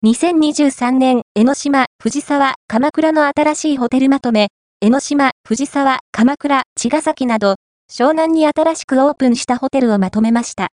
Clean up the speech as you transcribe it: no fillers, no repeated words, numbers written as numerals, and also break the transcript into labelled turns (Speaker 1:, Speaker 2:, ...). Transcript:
Speaker 1: 2023年、江ノ島、藤沢、鎌倉の新しいホテルまとめ、江ノ島、藤沢、鎌倉、茅ヶ崎など、湘南に新しくオープンしたホテルをまとめました。